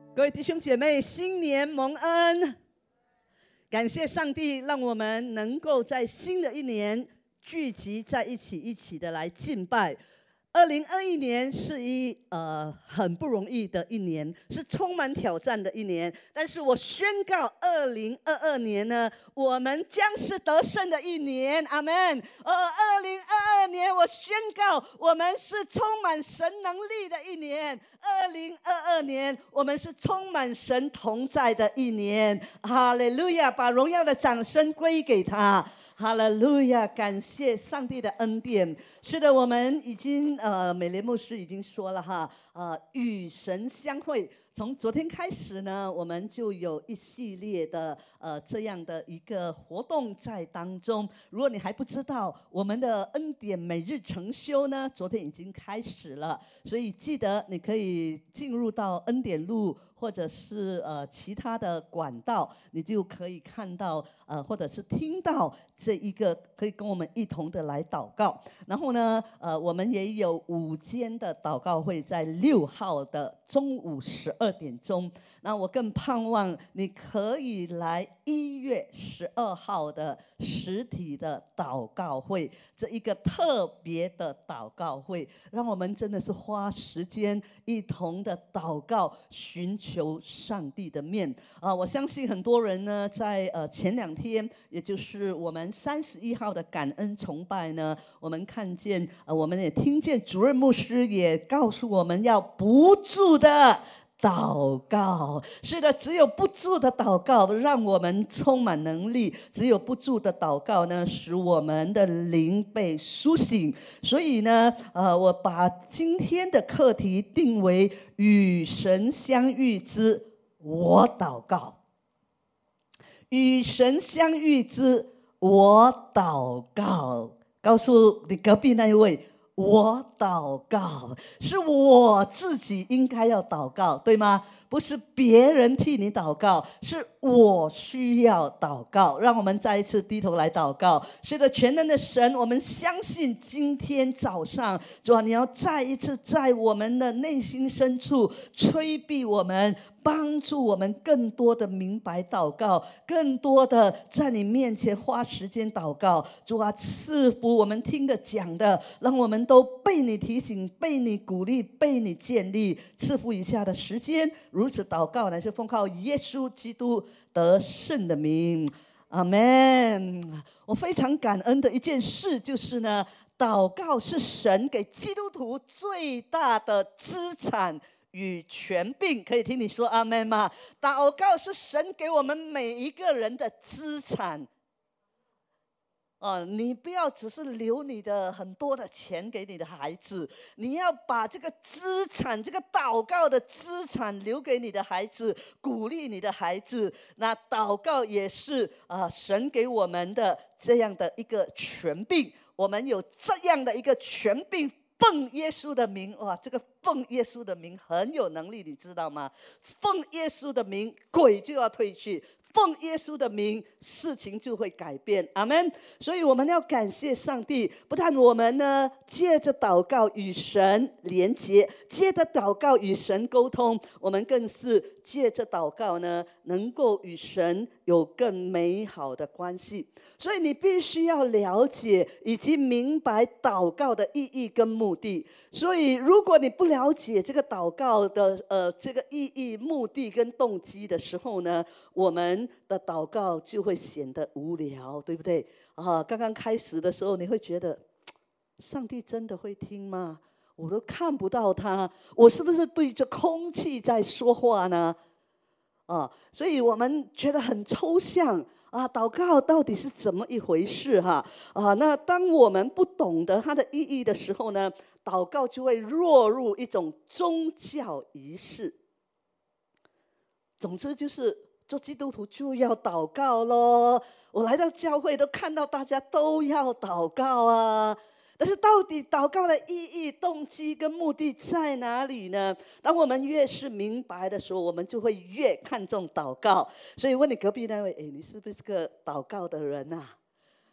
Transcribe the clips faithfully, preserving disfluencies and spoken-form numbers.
各位弟兄姐妹，新年蒙恩！感谢上帝，让我们能够在新的一年聚集在一起，一起的来敬拜。二零二一年是一呃很不容易的一年，是充满挑战的一年。但是我宣告，二零二二年呢，我们将是得胜的一年。阿们。呃，二零二二年，我宣告，我们是充满神能力的一年。二零二二年，我们是充满神同在的一年。哈利路亚！把荣耀的掌声归给他。哈利路亚！感谢上帝的恩典。是的，我们已经呃，美莲牧师已经说了哈，呃，与神相会。从昨天开始呢，我们就有一系列的呃这样的一个活动在当中。如果你还不知道，我们的恩典每日晨修呢，昨天已经开始了，所以记得你可以进入到恩典路，或者是呃其他的管道，你就可以看到呃或者是听到这一个，可以跟我们一同的来祷告。然后呢，呃，我们也有午间的祷告会，在六号的中午十二点钟。那我更盼望你可以来一月十二号的实体的祷告会，这一个特别的祷告会，让我们真的是花时间一同的祷告，寻求上帝的面啊！我相信很多人呢，在呃前两天，也就是我们三十一号的感恩崇拜呢，我们看见呃，我们也听见主任牧师也告诉我们要不住的祷告。是的，只有不住的祷告让我们充满能力，只有不住的祷告呢，使我们的灵被苏醒。所以呢，呃，我把今天的课题定为与神相遇之我祷告。与神相遇之我祷告，告诉你隔壁那一位，我祷告，是我自己应该要祷告，对吗？不是别人替你祷告，是我需要祷告。让我们再一次低头来祷告。是的，全能的神，我们相信今天早上，主啊，你要再一次在我们的内心深处催逼我们，帮助我们更多的明白祷告，更多的在你面前花时间祷告。主啊，赐福我们听的讲的，让我们都被你提醒，被你鼓励，被你建立。赐福以下的时间，如此祷告乃是奉靠耶稣基督得胜的名，阿们。我非常感恩的一件事就是呢，祷告是神给基督徒最大的资产与权柄。可以听你说阿们吗？祷告是神给我们每一个人的资产。哦，你不要只是留你的很多的钱给你的孩子，你要把这个资产，这个祷告的资产留给你的孩子，鼓励你的孩子。那祷告也是啊、呃，神给我们的这样的一个权柄，我们有这样的一个权柄。奉耶稣的名，哇，这个奉耶稣的名很有能力，你知道吗？奉耶稣的名，鬼就要退去。奉耶稣的名，事情就会改变，阿们。所以我们要感谢上帝，不但我们呢借着祷告与神连结，借着祷告与神沟通，我们更是借着祷告呢，能够与神有更美好的关系。所以你必须要了解以及明白祷告的意义跟目的。所以如果你不了解这个祷告的呃这个意义、目的跟动机的时候呢，我们的祷告就会显得无聊，对不对啊？刚刚开始的时候，你会觉得上帝真的会听吗？我都看不到他，我是不是对着空气在说话呢？啊，所以我们觉得很抽象啊，祷告到底是怎么一回事哈？啊，那当我们不懂得它的意义的时候呢，祷告就会落入一种宗教仪式。总之就是做基督徒就要祷告咯。我来到教会都看到大家都要祷告啊。但是到底祷告的意义、动机跟目的在哪里呢？当我们越是明白的时候，我们就会越看重祷告。所以问你隔壁那位，哎，你是不是个祷告的人啊？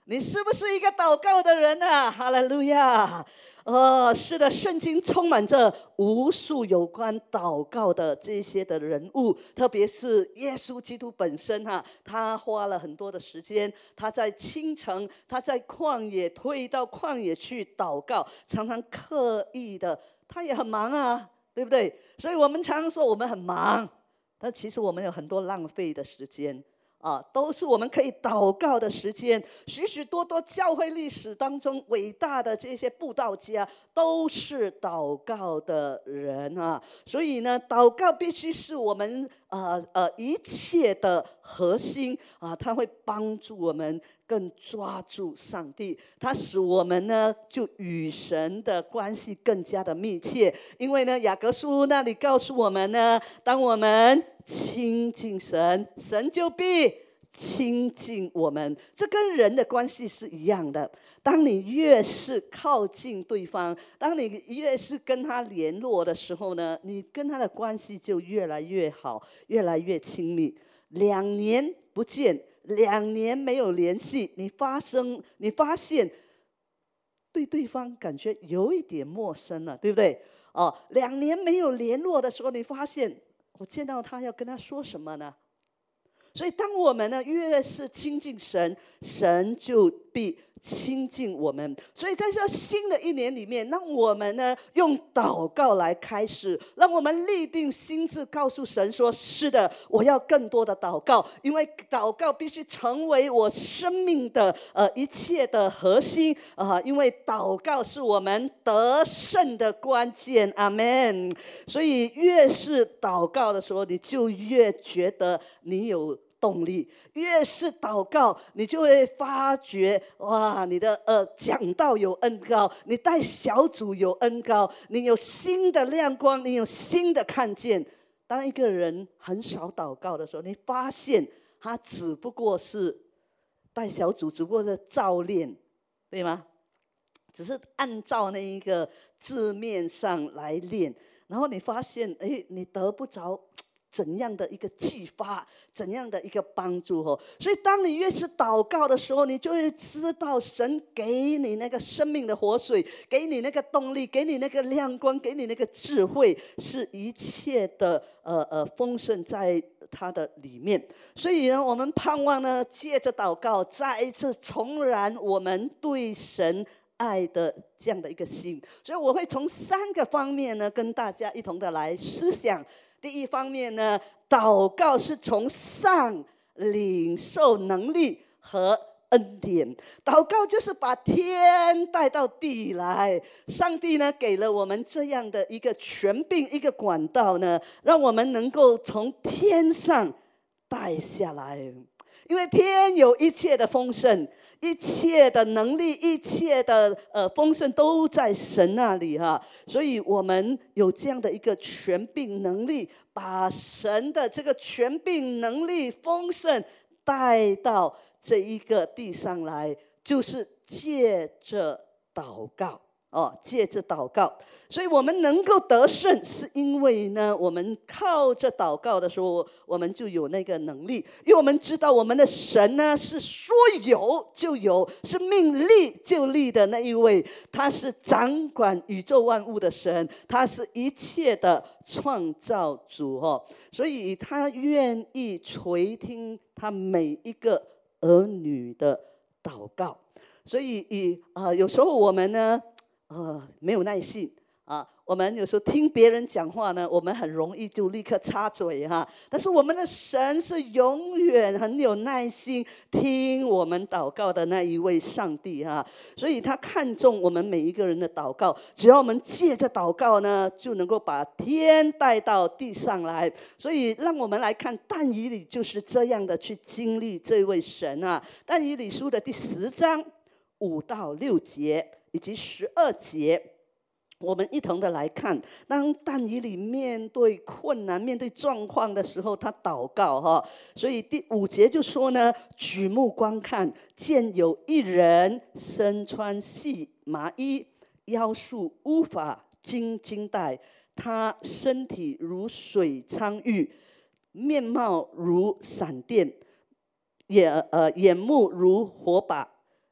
你是不是一个祷告的人啊？哈利路亚！哦，是的，圣经充满着无数有关祷告的这些的人物，特别是耶稣基督本身哈、啊，他花了很多的时间，他在清晨，他在旷野退到旷野去祷告，常常刻意的，他也很忙啊，对不对？所以我们常常说我们很忙，但其实我们有很多浪费的时间。啊，都是我们可以祷告的时间。许许多多教会历史当中伟大的这些布道家都是祷告的人啊，所以呢，祷告必须是我们呃呃一切的核心啊，它会帮助我们更抓住上帝，它使我们呢就与神的关系更加的密切。因为呢，雅各书那里告诉我们呢，当我们亲近神，神就必亲近我们。这跟人的关系是一样的。当你越是靠近对方，当你越是跟他联络的时候呢，你跟他的关系就越来越好，越来越亲密。两年不见，两年没有联系，你发生，你发现对对方感觉有一点陌生了，对不对？哦，两年没有联络的时候，你发现我见到他要跟他说什么呢？所以当我们呢越是亲近神，神就必亲近我们。所以在这新的一年里面，让我们呢用祷告来开始，让我们立定心志，告诉神说：是的，我要更多的祷告，因为祷告必须成为我生命的呃一切的核心啊、呃！因为祷告是我们得胜的关键，阿们。所以越是祷告的时候，你就越觉得你有动力，越是祷告，你就会发觉哇，你的呃讲道有恩膏，你带小组有恩膏，你有新的亮光，你有新的看见。当一个人很少祷告的时候，你发现他只不过是带小组，只不过是照练，对吗？只是按照那一个字面上来练，然后你发现，哎，你得不着怎样的一个激发，怎样的一个帮助哦？所以当你越是祷告的时候，你就会知道神给你那个生命的活水，给你那个动力，给你那个亮光，给你那个智慧，是一切的呃呃丰盛在它的里面。所以呢，我们盼望呢，借着祷告，再一次重燃我们对神爱的这样的一个心。所以我会从三个方面呢，跟大家一同的来思想。第一方面呢，祷告是从上领受能力和恩典。祷告就是把天带到地来，上帝呢给了我们这样的一个权柄，一个管道呢，让我们能够从天上带下来。因为天有一切的丰盛，一切的能力，一切的呃丰盛都在神那里哈，所以我们有这样的一个权柄能力，把神的这个权柄能力丰盛带到这一个地上来，就是借着祷告哦，借着祷告，所以我们能够得胜，是因为呢，我们靠着祷告的时候，我们就有那个能力，因为我们知道我们的神呢是说有就有，是命立就立的那一位，他是掌管宇宙万物的神，他是一切的创造主哦，所以他愿意垂听他每一个儿女的祷告，所以以啊、呃，有时候我们呢。呃，没有耐性啊！我们有时候听别人讲话呢，我们很容易就立刻插嘴哈。但是我们的神是永远很有耐心听我们祷告的那一位上帝哈。所以他看重我们每一个人的祷告，只要我们借着祷告呢，就能够把天带到地上来。所以让我们来看但以理就是这样的去经历这位神啊。但以理书的第十章五到六节。以及十二节，我们一同的来看。当但以理面对困难、面对状况的时候，他祷告哈。所以第五节就说呢：举目观看，见有一人身穿细麻衣，腰束乌发金金带，他身体如水苍玉，面貌如闪电，眼呃眼目如火把。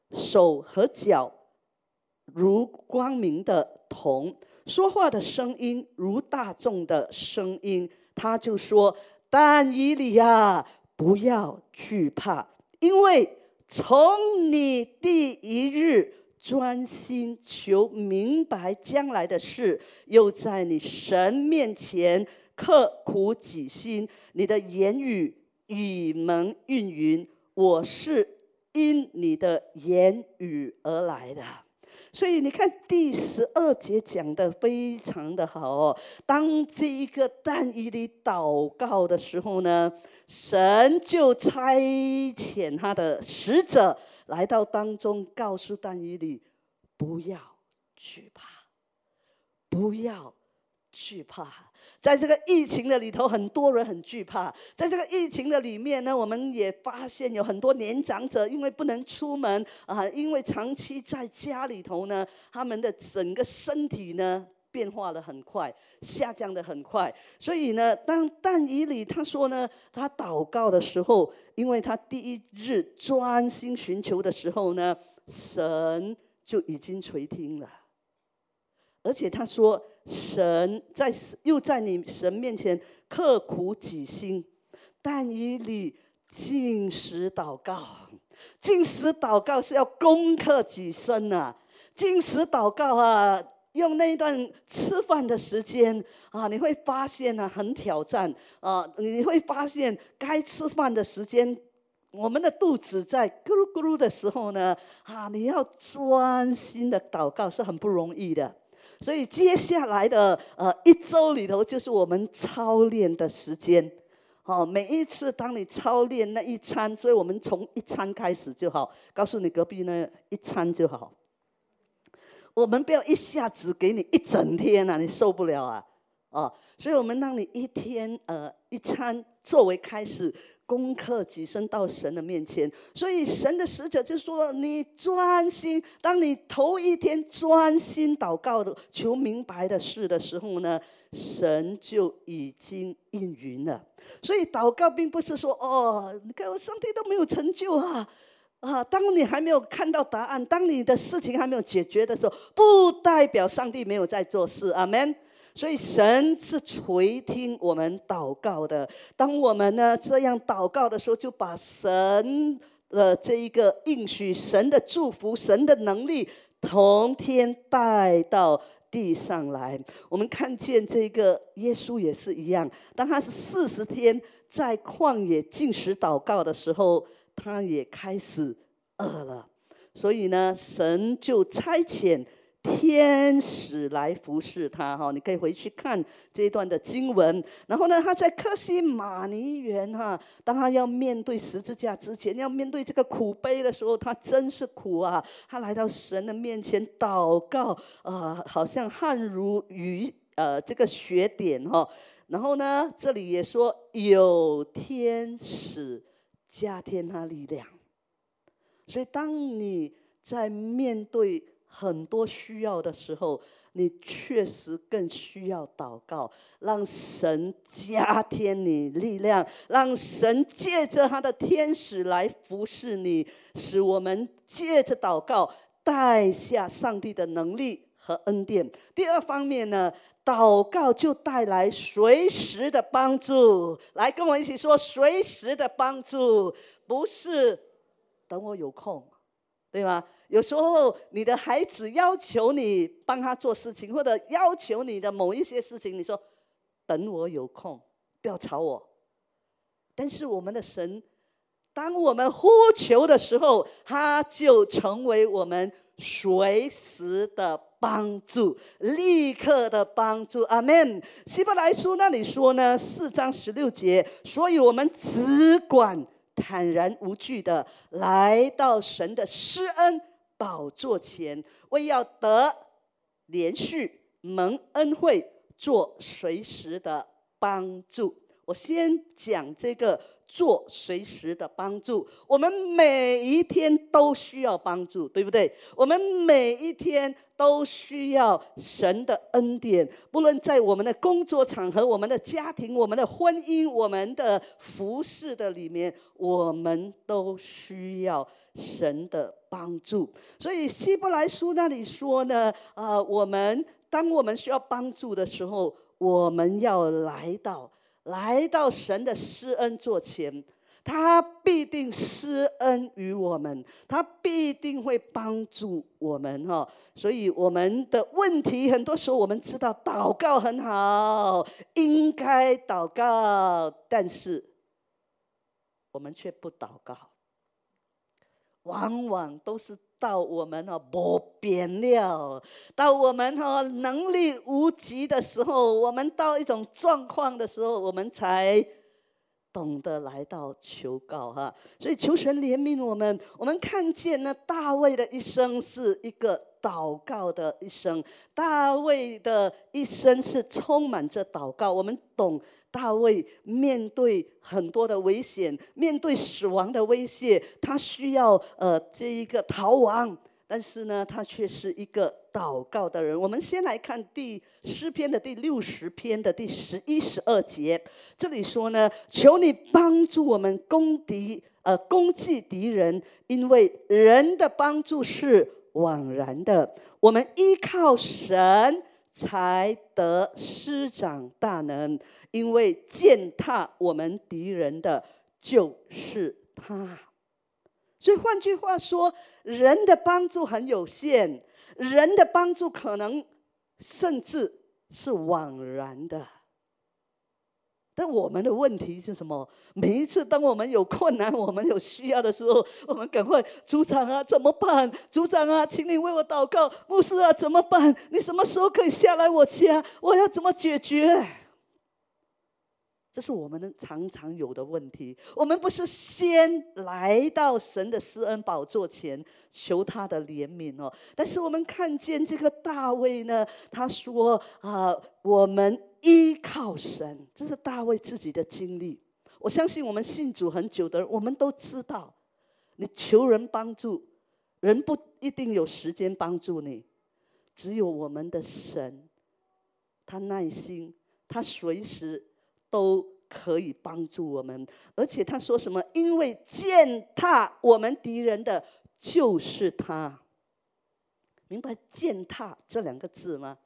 手和脚如光明的铜，说话的声音如大众的声音。他就说：但以理呀，不要惧怕，因为从你第一日专心求明白将来的事，又在你神面前刻苦己心，你的言语与蒙应允，我是因你的言语而来的。所以你看第十二节讲的非常的好哦。当这一个但以理祷告的时候呢，神就差遣他的使者来到当中，告诉但以理不要惧怕，不要惧怕。在这个疫情的里头，很多人很惧怕。在这个疫情的里面呢，我们也发现有很多年长者因为不能出门啊，因为长期在家里头呢，他们的整个身体呢变化的很快，下降的很快。所以呢，当但以理他说呢，他祷告的时候，因为他第一日专心寻求的时候呢，神就已经垂听了。而且他说，神在又在你神面前刻苦己心。但以理禁食祷告，禁食祷告是要攻克己身啊。禁食祷告啊，用那一段吃饭的时间啊，你会发现啊，很挑战啊。你会发现该吃饭的时间，我们的肚子在咕噜咕噜的时候呢，啊，你要专心的祷告是很不容易的。所以接下来的呃一周里头，就是我们操练的时间。好，每一次当你操练那一餐，所以我们从一餐开始就好。告诉你隔壁呢，一餐就好。我们不要一下子给你一整天啊，你受不了啊！啊，所以我们让你一天呃一餐作为开始。攻克己身到神的面前，所以神的使者就说：你专心，当你头一天专心祷告的求明白的事的时候呢，神就已经应允了。所以祷告并不是说哦，你看我上帝都没有成就啊啊！当你还没有看到答案，当你的事情还没有解决的时候，不代表上帝没有在做事。阿们。所以神是垂听我们祷告的。当我们呢这样祷告的时候，就把神的这一个应许、神的祝福、神的能力从天带到地上来。我们看见这个耶稣也是一样，当他是四十天在旷野禁食祷告的时候，他也开始饿了。所以呢，神就差遣天使来服侍他哈，你可以回去看这一段的经文。然后呢，他在客西马尼园哈，当他要面对十字架之前，要面对这个苦杯的时候，他真是苦啊！他来到神的面前祷告啊、呃，好像汗如雨呃这个血点哈。然后呢，这里也说有天使加添他力量。所以当你在面对很多需要的时候，你确实更需要祷告，让神加添你力量，让神借着他的天使来服侍你，使我们借着祷告带下上帝的能力和恩典。第二方面呢，祷告就带来随时的帮助。来跟我一起说，随时的帮助，不是等我有空，对吗？有时候你的孩子要求你帮他做事情，或者要求你的某一些事情，你说等我有空，不要吵我。但是我们的神，当我们呼求的时候，他就成为我们随时的帮助，立刻的帮助。阿们。希伯来书那里说呢，四章十六节，所以我们只管坦然无惧的来到神的施恩宝座前，为要得连续蒙恩惠，做随时的帮助。我先讲这个做随时的帮助。我们每一天都需要帮助，对不对？我们每一天都需要神的恩典，不论在我们的工作场合、我们的家庭、我们的婚姻、我们的服事的里面，我们都需要神的帮助。所以希伯来书那里说呢，呃，我们当我们需要帮助的时候，我们要来到来到神的施恩座前，他必定施恩于我们，他必定会帮助我们哈。所以我们的问题，很多时候我们知道祷告很好，应该祷告，但是我们却不祷告，往往都是到我们哦没边了，到我们哦能力无及的时候，我们到一种状况的时候，我们才懂得来到求告哈。所以求神怜悯我们。我们看见呢，大卫的一生是一个祷告的一生，大卫的一生是充满着祷告。我们懂大卫面对很多的危险，面对死亡的威胁，他需要呃这一个逃亡，但是呢，他却是一个祷告的人。我们先来看第诗篇的第六十篇的第十一、十二节，这里说呢：求你帮助我们攻敌，呃，攻击敌人，因为人的帮助是枉然的，我们依靠神才得施展大能，因为践踏我们敌人的就是他。所以换句话说，人的帮助很有限，人的帮助可能甚至是枉然的。但我们的问题是什么？每一次当我们有困难、我们有需要的时候，我们赶快，组长啊，怎么办？组长啊，请你为我祷告。牧师啊，怎么办？你什么时候可以下来我家？我要怎么解决？这是我们常常有的问题。我们不是先来到神的施恩宝座前求他的怜悯哦，但是我们看见这个大卫呢，他说啊、呃，我们依靠神，这是大卫自己的经历。我相信我们信主很久的人，我们都知道，你求人帮助，人不一定有时间帮助你，只有我们的神，他耐心，他随时都可以帮助我们。而且他说什么？因为践踏我们敌人的就是他。明白践踏这两个字吗？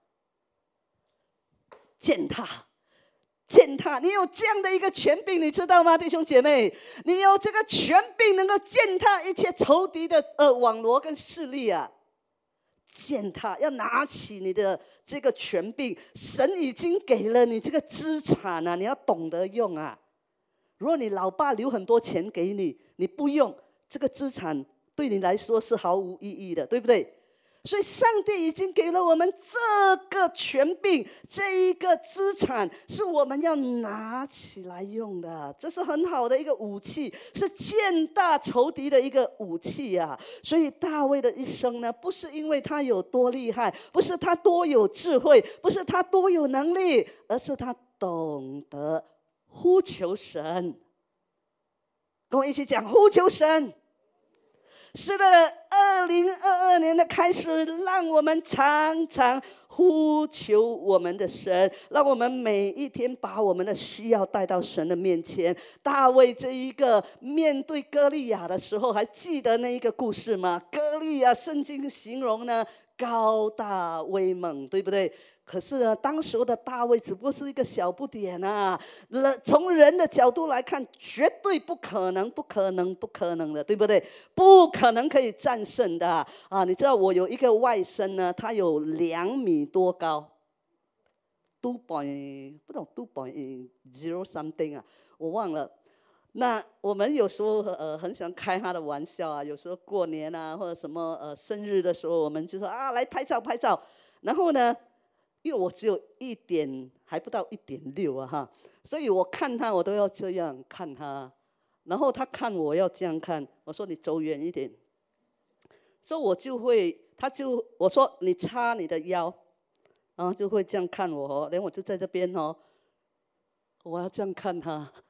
践踏，践踏，你有这样的一个权柄，你知道吗，弟兄姐妹？你有这个权柄，能够践踏一切仇敌的呃网罗跟势力啊！践踏，要拿起你的这个权柄，神已经给了你这个资产啊，你要懂得用啊。如果你老爸留很多钱给你，你不用，这个资产对你来说是毫无意义的，对不对？所以上帝已经给了我们这个权柄，这一个资产是我们要拿起来用的，这是很好的一个武器，是践踏仇敌的一个武器啊。所以大卫的一生呢，不是因为他有多厉害，不是他多有智慧，不是他多有能力，而是他懂得呼求神。跟我一起讲，呼求神。是的，二零二二年的开始，让我们常常呼求我们的神，让我们每一天把我们的需要带到神的面前。大卫这一个面对歌利亚的时候，还记得那一个故事吗？歌利亚圣经形容呢，高大威猛，对不对？可是呢，当时的大卫只不过是一个小不点啊，从人的角度来看，绝对不可能，不可能，不可能的，对不对？不可能可以战胜的啊！啊你知道我有一个外甥呢，他有两米多高 ，two point 不懂 two point zero something 啊，我忘了。那我们有时候呃很喜欢开他的玩笑啊，有时候过年啊或者什么呃生日的时候，我们就说啊来拍照拍照，然后呢。因为我只有一点还不到一点六啊哈，所以我看他我都要这样看他，然后他看我要这样看，我说你走远一点，所以我就会，他就我说你叉你的腰，然后就会这样看我哦，连我就在这边哦，我要这样看他，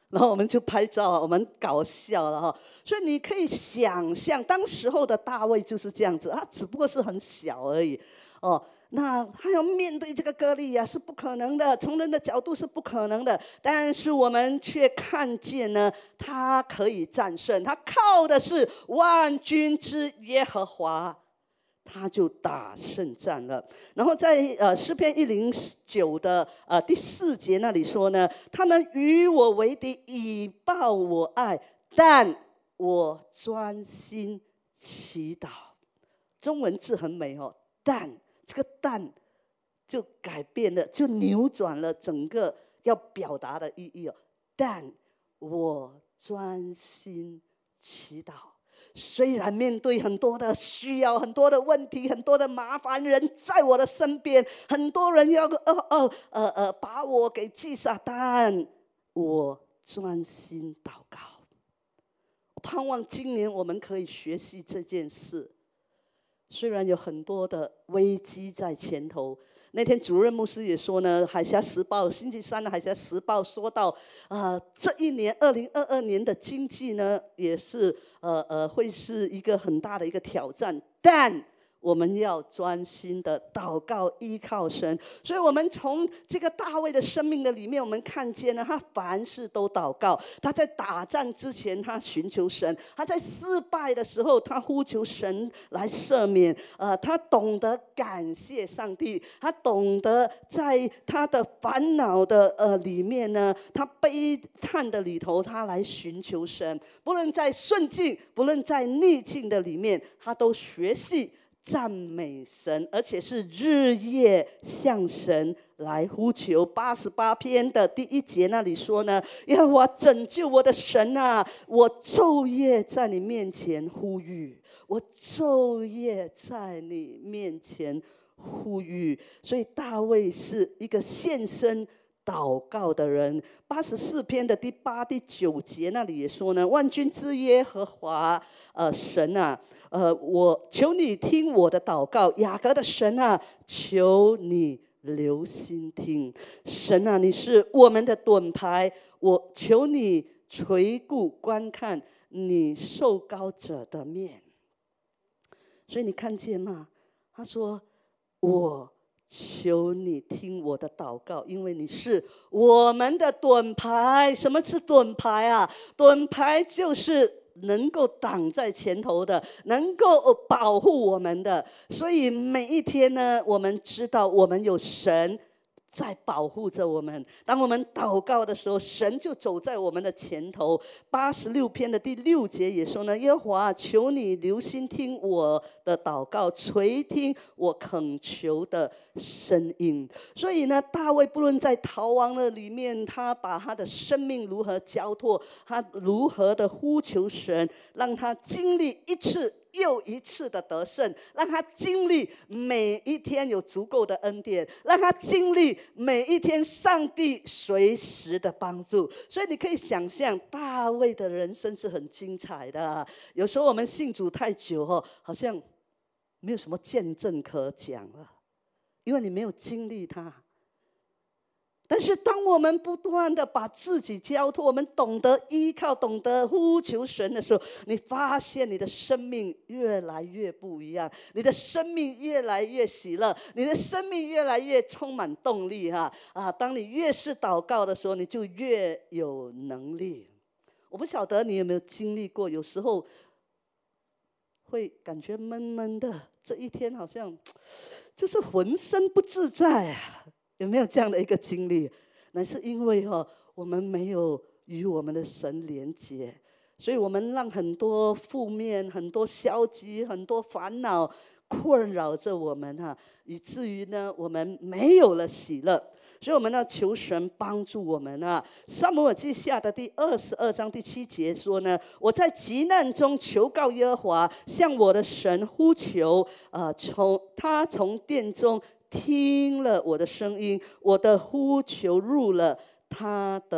然后我们就拍照啊，我们搞笑了哈。所以你可以想象，当时候的大卫就是这样子，他只不过是很小而已哦。那他要面对这个歌利亚是不可能的，从人的角度是不可能的，但是我们却看见呢，他可以战胜，他靠的是万军之耶和华，他就打胜战了。然后在呃诗篇一零九的呃第四节那里说呢，他们与我为敌，以报我爱，但我专心祈祷。中文字很美哦，但这个但就改变了，就扭转了整个要表达的意义哦。但我专心祈祷，虽然面对很多的需要、很多的问题、很多的麻烦人在我的身边，很多人要呃呃呃呃把我给击杀，但我专心祷告。我盼望今年我们可以学习这件事。虽然有很多的危机在前头，那天主任牧师也说呢，《海峡时报》星期三的《海峡时报》说到，呃，这一年二零二二年的经济呢，也是呃呃会是一个很大的一个挑战，但我们要专心的祷告，依靠神。所以我们从这个大卫的生命的里面，我们看见呢，他凡事都祷告。他在打仗之前，他寻求神；他在失败的时候，他呼求神来赦免。呃，他懂得感谢上帝，他懂得在他的烦恼的呃里面呢，他悲叹的里头，他来寻求神。不论在顺境，不论在逆境的里面，他都学习赞美神，而且是日夜向神来呼求。八十八篇的第一节那里说呢，耶和华拯救我的神啊，我昼夜在你面前呼吁，我昼夜在你面前呼吁。所以大卫是一个献身祷告的人。八十四篇的第八、第九节那里也说呢，万军之耶和华，呃，神啊，呃，我求你听我的祷告，雅各的神啊，求你留心听。神啊，你是我们的盾牌，我求你垂顾观看你受膏者的面。所以你看见吗？他说，我求你听我的祷告，因为你是我们的盾牌。什么是盾牌啊？盾牌就是能够挡在前头的，能够保护我们的。所以每一天呢，我们知道我们有神在保护着我们。当我们祷告的时候，神就走在我们的前头。八十六篇的第六节也说呢，耶和华，求你留心听我的祷告，垂听我恳求的声音。所以呢，大卫不论在逃亡的里面，他把他的生命如何交托，他如何的呼求神，让他经历一次又一次的得胜，让他经历每一天有足够的恩典，让他经历每一天上帝随时的帮助。所以你可以想象，大卫的人生是很精彩的。有时候我们信主太久哦，好像没有什么见证可讲了，因为你没有经历它。但是当我们不断的把自己交托，我们懂得依靠，懂得呼求神的时候，你发现你的生命越来越不一样，你的生命越来越喜乐，你的生命越来越充满动力哈啊！当你越是祷告的时候，你就越有能力。我不晓得你有没有经历过，有时候会感觉闷闷的，这一天好像就是浑身不自在啊。有没有这样的一个经历？那是因为哦，我们没有与我们的神连结，所以我们让很多负面、很多消极、很多烦恼困扰着我们哈，以至于呢，我们没有了喜乐。所以我们要求神帮助我们啊。撒母耳记下的第二十二章第七节说呢，我在急难中求告耶和华，向我的神呼求，呃，从他从殿中听了我的声音，我的呼求入了他的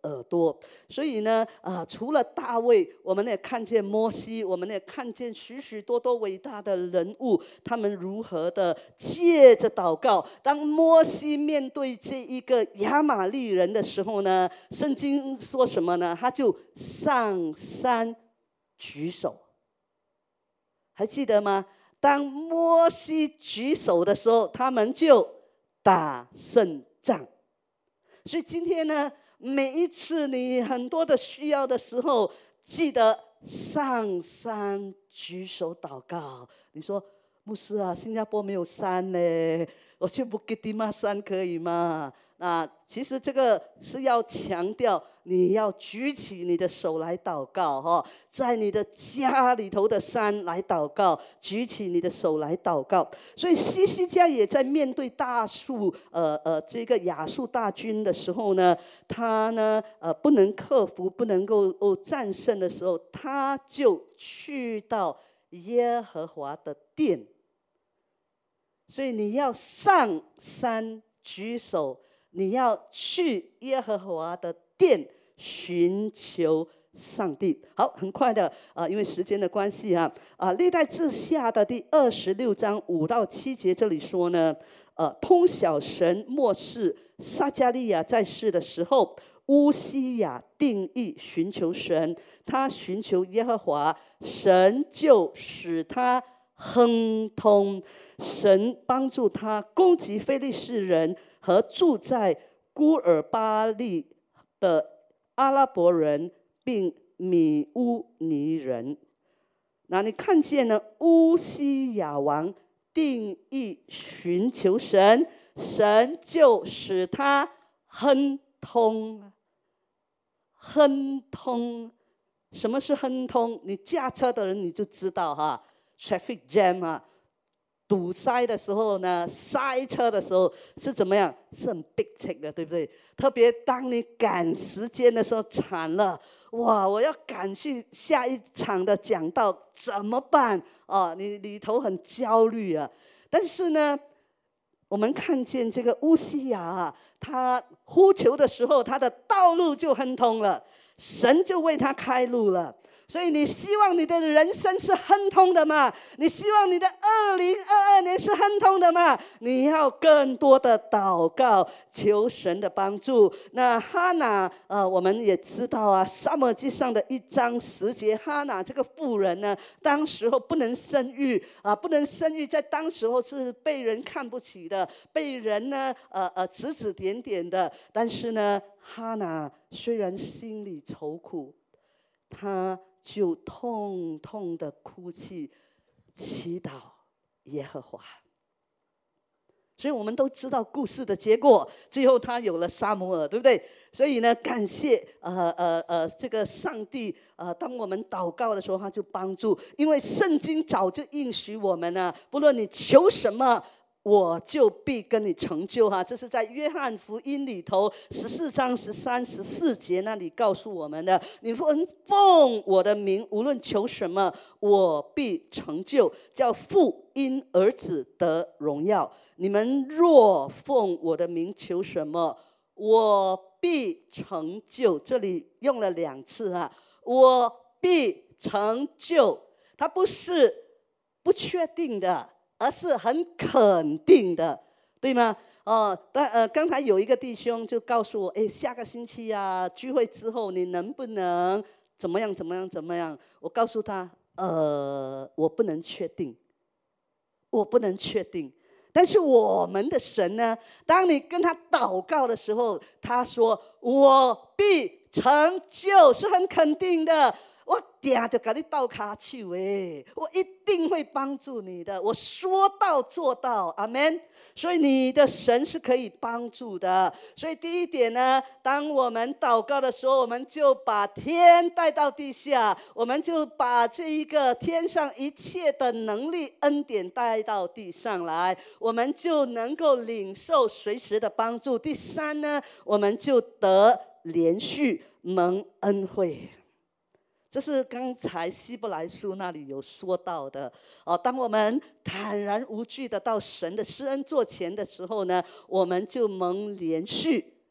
耳朵。所以呢，啊、呃，除了大卫，我们也看见摩西，我们也看见许许多多伟大的人物，他们如何的借着祷告。当摩西面对这一个亚玛力人的时候呢，圣经说什么呢？他就上山举手。还记得吗？当摩西举手的时候，他们就打胜仗。所以今天呢，每一次你很多的需要的时候，记得上山举手祷告。你说，牧师啊，新加坡没有山呢，我去布吉迪马山可以吗？啊，其实这个是要强调，你要举起你的手来祷告哈、哦，在你的家里头的山来祷告，举起你的手来祷告。所以西西家也在面对大数呃呃这个亚述大军的时候呢，他呢呃不能克服，不能够、哦、战胜的时候，他就去到耶和华的殿。所以你要上山举手，你要去耶和华的殿寻求上帝。好，很快的啊、呃，因为时间的关系啊啊，历代志下的第二十六章五到七节这里说呢，呃，通晓神末世撒迦利亚在世的时候，乌西雅定义寻求神，他寻求耶和华，神就使他亨通，神帮助他攻击非利士人和住在孤尔巴利的阿拉伯人，并米乌尼人。那你看见呢？乌西雅王定义寻求神，神就使他亨通。亨通，什么是亨通？你驾车的人你就知道哈。traffic jam 啊，堵塞的时候呢，塞车的时候是怎么样？是很逼迫的，对不对？特别当你赶时间的时候，惨了，哇！我要赶去下一场的讲道，怎么办？哦，你里头很焦虑啊。但是呢，我们看见这个乌西雅啊，他呼求的时候，他的道路就亨通了，神就为他开路了。所以你希望你的人生是亨通的吗？你希望你的二零二二年是亨通的吗？你要更多的祷告，求神的帮助。那哈拿，呃，我们也知道啊，撒母耳记上的一章十节，哈拿这个妇人呢，当时候不能生育啊，不能生育，在当时候是被人看不起的，被人呢，呃呃指指点点的。但是呢，哈拿虽然心里愁苦，他就痛痛的哭泣，祈祷耶和华。所以我们都知道故事的结果，最后他有了撒母耳，对不对？所以呢，感谢呃呃呃这个上帝呃，当我们祷告的时候，他就帮助，因为圣经早就应许我们了，不论你求什么，我就必跟你成就哈，这是在约翰福音里头十四章十三、十四节那里告诉我们的。你们奉我的名，无论求什么，我必成就，叫父因儿子得荣耀。你们若奉我的名求什么，我必成就。这里用了两次哈，我必成就，它不是不确定的，而是很肯定的，对吗？哦，但呃，刚才有一个弟兄就告诉我，哎，下个星期啊，聚会之后你能不能怎么样怎么样怎么样？我告诉他，呃，我不能确定，我不能确定。但是我们的神呢，当你跟他祷告的时候，他说我必成就，是很肯定的。我定就给你倒卡手诶，我一定会帮助你的，我说到做到，阿们。所以你的神是可以帮助的。所以第一点呢，当我们祷告的时候，我们就把天带到地下，我们就把这一个天上一切的能力恩典带到地上来，我们就能够领受随时的帮助。第三呢，我们就得连续蒙恩惠。这是刚才希伯来书那里有说到的哦。当我们坦然无惧的到神的施恩座前的时候呢，我们就蒙连续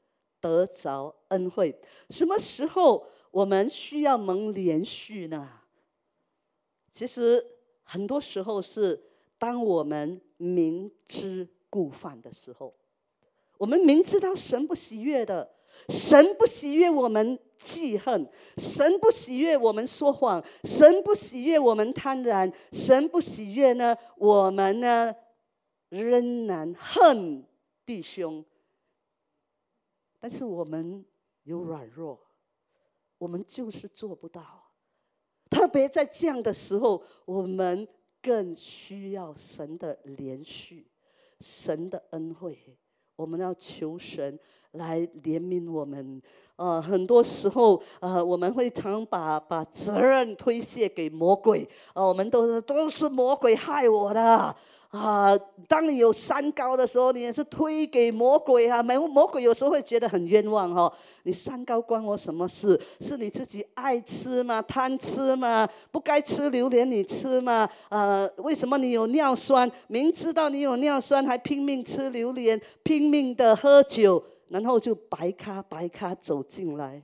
得着恩惠。什么时候我们需要蒙连续呢？其实很多时候是当我们明知故犯的时候。我们明知道神不喜悦的，神不喜悦我们记恨，神不喜悦我们说谎，神不喜悦我们贪婪，神不喜悦呢我们呢仍然恨弟兄。但是我们有软弱，我们就是做不到。特别在这样的时候，我们更需要神的连续，神的恩惠。我们要求神来怜悯我们。呃，很多时候，呃，我们会常把把责任推卸给魔鬼。呃，我们都是都是魔鬼害我的。啊、呃，当你有三高的时候，你也是推给魔鬼啊。魔魔鬼有时候会觉得很冤枉哦。你三高关我什么事？是你自己爱吃吗？贪吃吗？不该吃榴莲你吃吗？呃，为什么你有尿酸？明知道你有尿酸，还拼命吃榴莲，拼命的喝酒，然后就白咖白咖走进来。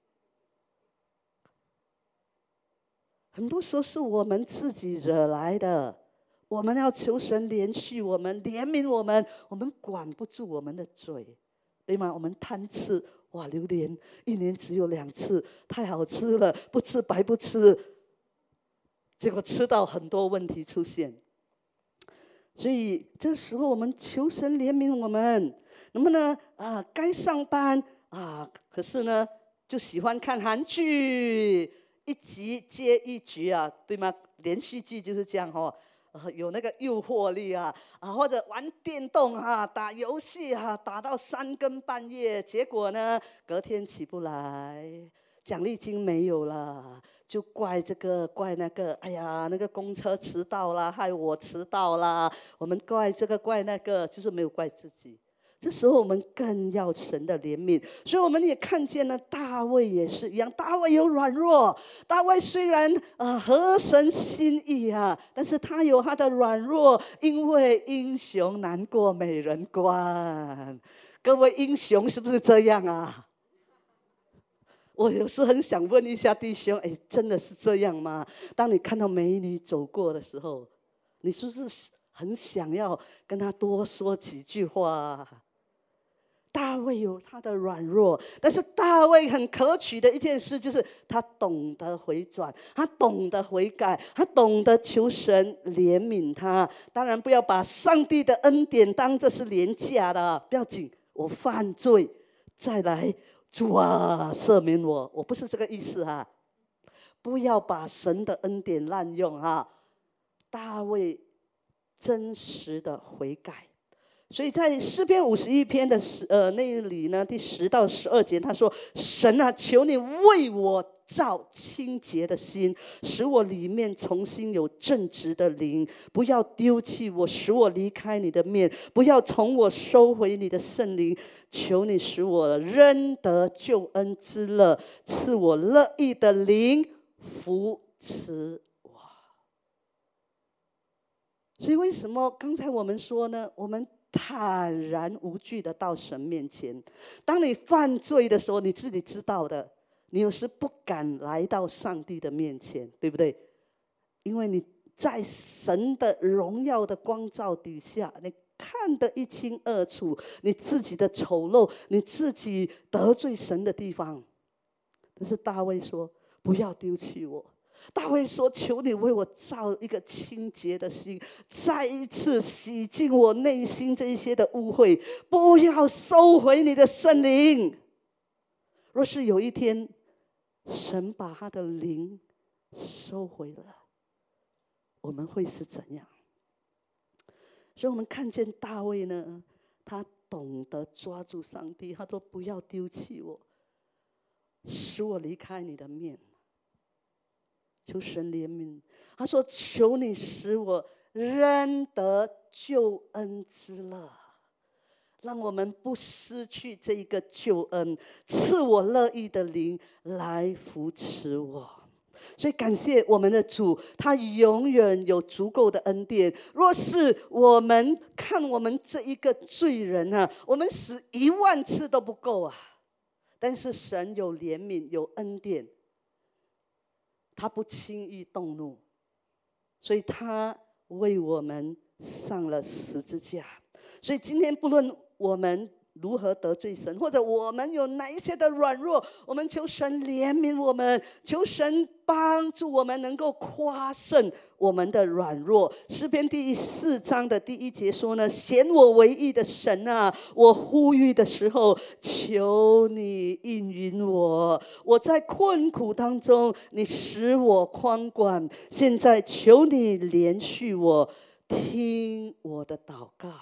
很多时候是我们自己惹来的。我们要求神怜恤我们，怜悯我们。我们管不住我们的嘴，对吗？我们贪吃，哇，榴莲一年只有两次，太好吃了，不吃白不吃。结果吃到很多问题出现。所以这时候我们求神怜悯我们。那么呢，啊，该上班啊，可是呢，就喜欢看韩剧，一集接一集啊，对吗？连续剧就是这样哦。呃、有那个诱惑力啊，啊，或者玩电动啊，打游戏啊，打到三更半夜，结果呢，隔天起不来，奖励金没有了，就怪这个怪那个，哎呀，那个公车迟到了，害我迟到了，我们怪这个怪那个，就是没有怪自己。这时候我们更要神的怜悯。所以我们也看见了大卫也是一样，大卫有软弱。大卫虽然呃合神心意啊，但是他有他的软弱，因为英雄难过美人关。各位英雄是不是这样啊？我有时很想问一下弟兄，哎，真的是这样吗？当你看到美女走过的时候，你是不是很想要跟她多说几句话？大卫有他的软弱，但是大卫很可取的一件事就是他懂得回转，他懂得悔改，他懂得求神怜悯他。当然不要把上帝的恩典当作是廉价的，不要紧，我犯罪再来，主啊赦免我，我不是这个意思哈。不要把神的恩典滥用哈。大卫真实的悔改。所以在诗篇五十一篇的呃那里呢，第十到十二节，他说：“神啊，求你为我造清洁的心，使我里面重新有正直的灵，不要丢弃我，使我离开你的面，不要从我收回你的圣灵。求你使我仍得救恩之乐，赐我乐意的灵扶持我。”所以为什么刚才我们说呢？我们坦然无惧的到神面前。当你犯罪的时候，你自己知道的，你有时不敢来到上帝的面前，对不对？因为你在神的荣耀的光照底下，你看得一清二楚，你自己的丑陋，你自己得罪神的地方。但是大卫说：“不要丢弃我。”大卫说：“求你为我造一个清洁的心，再一次洗净我内心这一些的污秽，不要收回你的圣灵。”若是有一天神把他的灵收回了，我们会是怎样？所以我们看见大卫呢，他懂得抓住上帝，他说：“不要丢弃我，使我离开你的面。”求神怜悯，他说：“求你使我仍得救恩之乐，让我们不失去这一个救恩，赐我乐意的灵来扶持我。”所以感谢我们的主，他永远有足够的恩典。若是我们看我们这一个罪人啊，我们死一万次都不够啊。 但是神有怜悯，有恩典，他不轻易动怒，所以他为我们上了十字架。所以今天不论我们如何得罪神，或者我们有哪一些的软弱，我们求神怜悯我们，求神帮助我们能够夸胜我们的软弱。诗篇第四章的第一节说呢，显我为义的神啊，我呼吁的时候，求你应允我。我在困苦当中，你使我宽广，现在求你怜恤我，听我的祷告。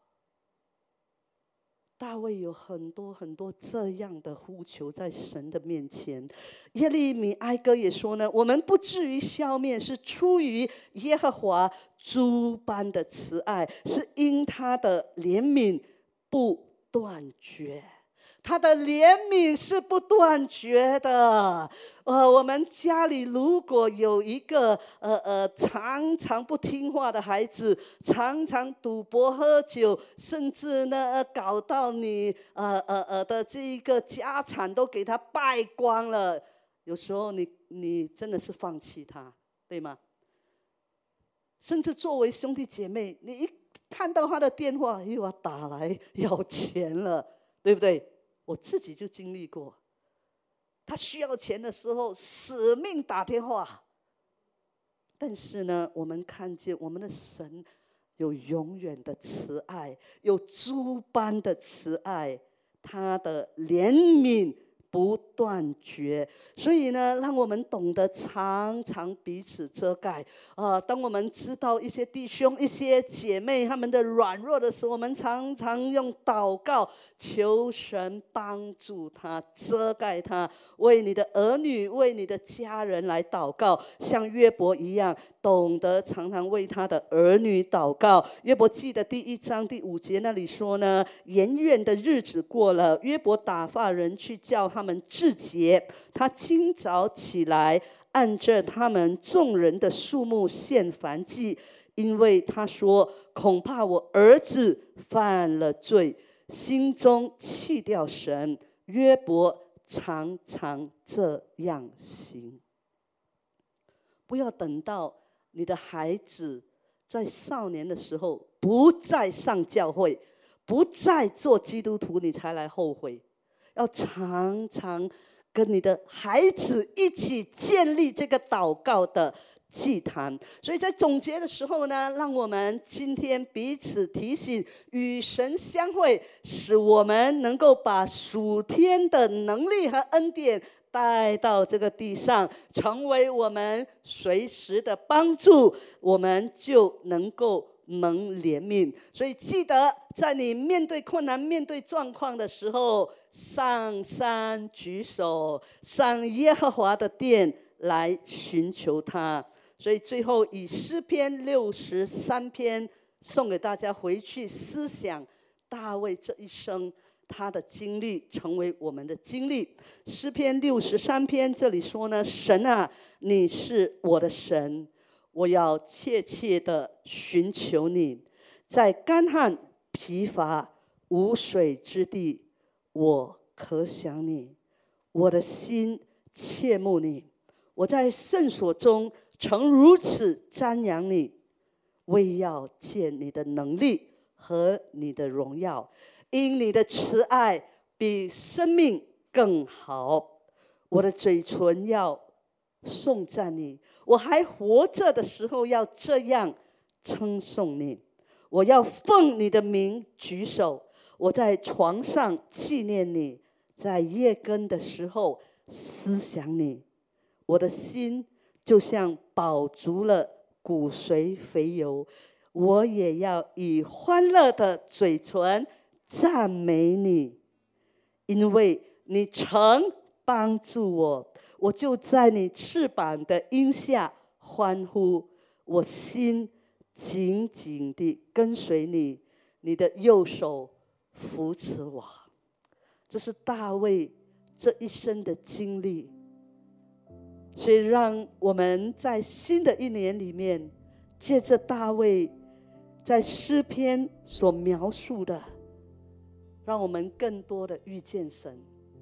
大卫有很多很多这样的呼求在神的面前。耶利米哀歌也说呢，我们不至于消灭，是出于耶和华诸般的慈爱，是因他的怜悯不断绝。他的怜悯是不断绝的。呃，我们家里如果有一个呃呃常常不听话的孩子，常常赌博喝酒，甚至呢搞到你呃呃呃的这一个家产都给他败光了，有时候你你真的是放弃他，对吗？甚至作为兄弟姐妹，你一看到他的电话又要打来要钱了，对不对？我自己就经历过，他需要钱的时候死命打电话。但是呢，我们看见我们的神有永远的慈爱，有诸般的慈爱，他的怜悯不断绝。所以呢，让我们懂得常常彼此遮盖。呃，当我们知道一些弟兄、一些姐妹他们的软弱的时候，我们常常用祷告求神帮助他、遮盖他，为你的儿女、为你的家人来祷告，像约伯一样，懂得常常为他的儿女祷告。约伯记的第一章第五节那里说呢，严怨的日子过了，约伯打发人去叫他们自洁。他今早起来，按着他们众人的数目献燔祭，因为他说，恐怕我儿子犯了罪，心中弃掉神。约伯常常这样行。不要等到你的孩子在少年的时候不再上教会，不再做基督徒，你才来后悔。要常常跟你的孩子一起建立这个祷告的祭坛。所以在总结的时候呢，让我们今天彼此提醒，与神相会，使我们能够把属天的能力和恩典带到这个地上，成为我们随时的帮助，我们就能够蒙怜悯。所以记得，在你面对困难、面对状况的时候，上山举手，上耶和华的殿来寻求他。所以最后以诗篇六十三篇送给大家回去思想大卫这一生他的经历，成为我们的经历。诗篇六十三篇这里说呢，神啊，你是我的神，我要切切的寻求你，在干旱疲乏无水之地，我可想你，我的心切慕你。我在圣所中曾如此瞻仰你，为要见你的能力和你的荣耀，因你的慈爱比生命更好。我的嘴唇要颂赞你，我还活着的时候要这样称颂你。我要奉你的名举手，我在床上纪念你，在夜更的时候思想你。我的心就像饱足了骨髓肥油，我也要以欢乐的嘴唇赞美你，因为你曾帮助我，我就在你翅膀的荫下欢呼，我心紧紧地跟随你，你的右手扶持我。这是大卫这一生的经历。所以让我们在新的一年里面，借着大卫在诗篇所描述的，让我们更多的遇见神，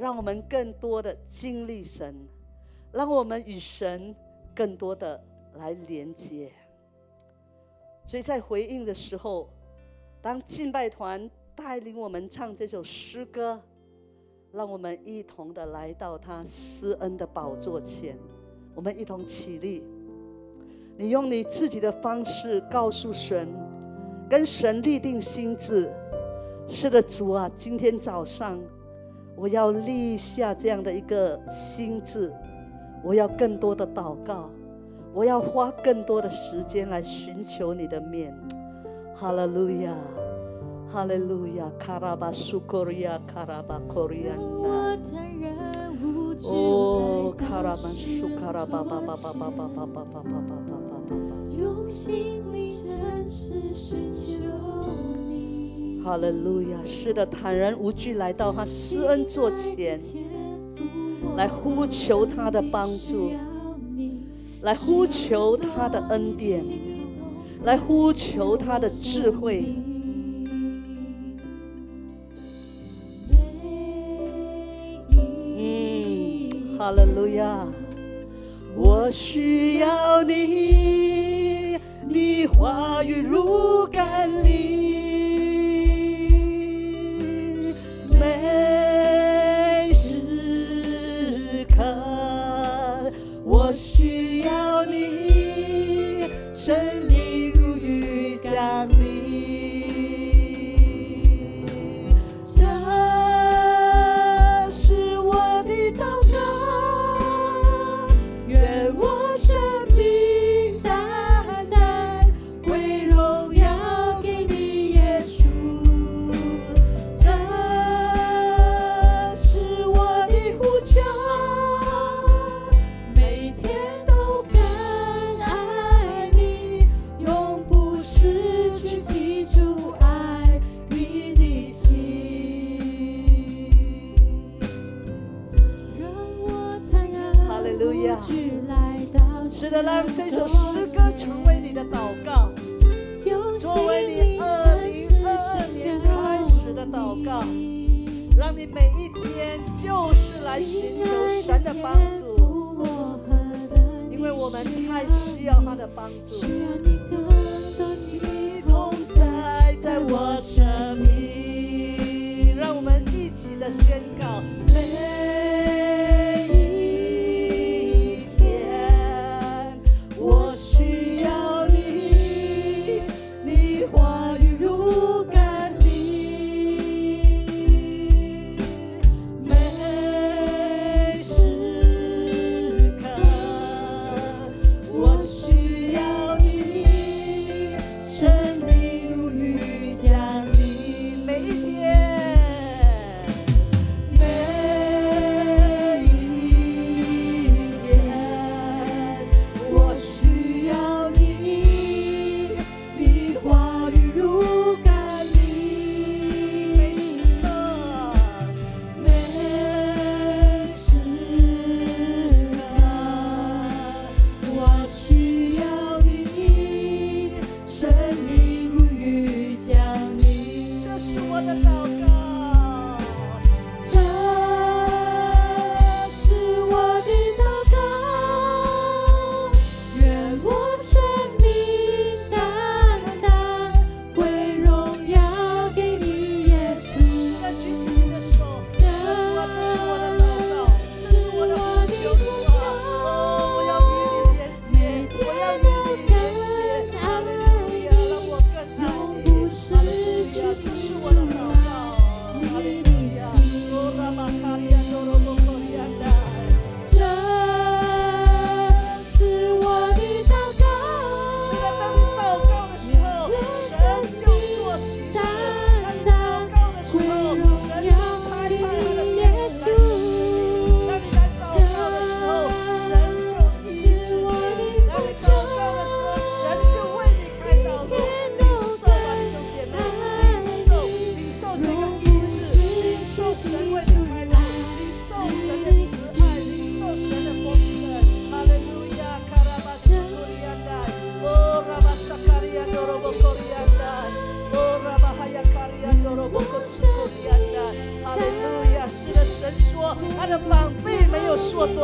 让我们更多的经历神，让我们与神更多的来连接。所以在回应的时候，当敬拜团带领我们唱这首诗歌，让我们一同的来到他施恩的宝座前，我们一同起立。你用你自己的方式告诉神，跟神立定心志。是的，主啊，今天早上我要立下这样的一个心志，我要更多的祷告，我要花更多的时间来寻求你的面。哈利路亚，哈利路亚，卡拉巴苏科利亚，卡拉巴科利亚纳。哦，卡拉巴苏卡拉巴巴巴巴巴巴巴巴巴巴巴巴巴。用心灵诚实寻求你。哈利路亚，是的，坦然无惧来到他施恩座前，来呼求他的帮助，来呼求他的恩典，来呼求他的智慧。嗯，哈利路亚，我需要你，你话语如甘霖，每时刻我需要你，圣灵如雨降临。这是我的祷告，愿我生命单单归荣耀给你，耶稣。这是我的呼求，每天都更爱你，永不失去记住爱你的心。让我坦然无惧来到，是的，让这首诗歌成为你的祷告，作为你二零二二年开始的祷告，让你每一天就是来寻求神的帮助，因为我们太需要他的帮助。你同在在我生命，让我们一起的宣告，每一天我需要你，你话语如甘霖，每时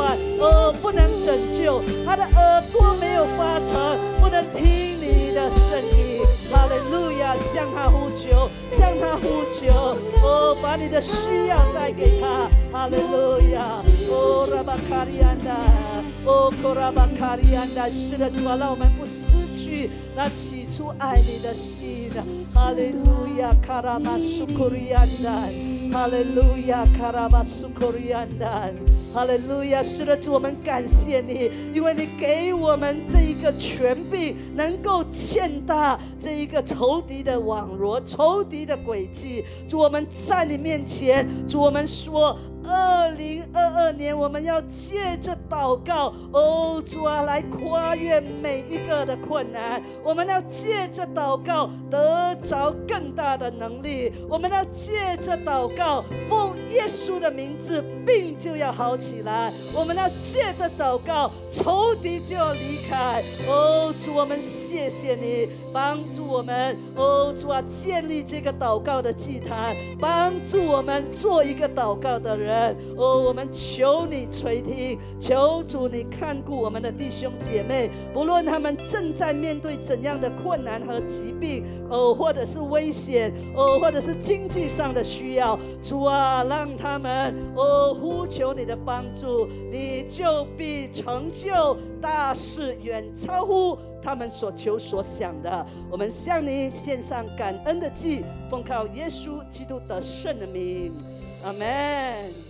外，哦，不能拯救，他的耳朵没有发成，不能听你的声音。哈利路亚，向他呼求，向他呼求，哦，把你的需要带给他。哈利路亚，哦，拉巴卡利安达，哦，科拉巴卡利安达，是的，主啊，让我们不失去那起初爱你的心。哈利路亚，卡拉巴苏库利安达，哈利路亚，卡拉巴苏库利安达。哈利路亚，是的，主，我们感谢你，因为你给我们这一个权柄，能够践踏这一个仇敌的网罗、仇敌的诡计。主，我们在你面前，主，我们说二零二二年我们要借着祷告，哦，主啊，来跨越每一个的困难。我们要借着祷告得着更大的能力。我们要借着祷告，奉耶稣的名字，病就要好起来。我们要借着祷告，仇敌就要离开。哦，主，我们谢谢你帮助我们。哦，主啊，建立这个祷告的祭坛，帮助我们做一个祷告的人。哦，我们求你垂听，求主你看顾我们的弟兄姐妹，不论他们正在面对怎样的困难和疾病，哦，或者是危险，哦，或者是经济上的需要，主啊，让他们哦呼求你的帮助，你就必成就大事，远超乎他们所求所想的。我们向你献上感恩的祭，奉靠耶稣基督得胜的名，阿们。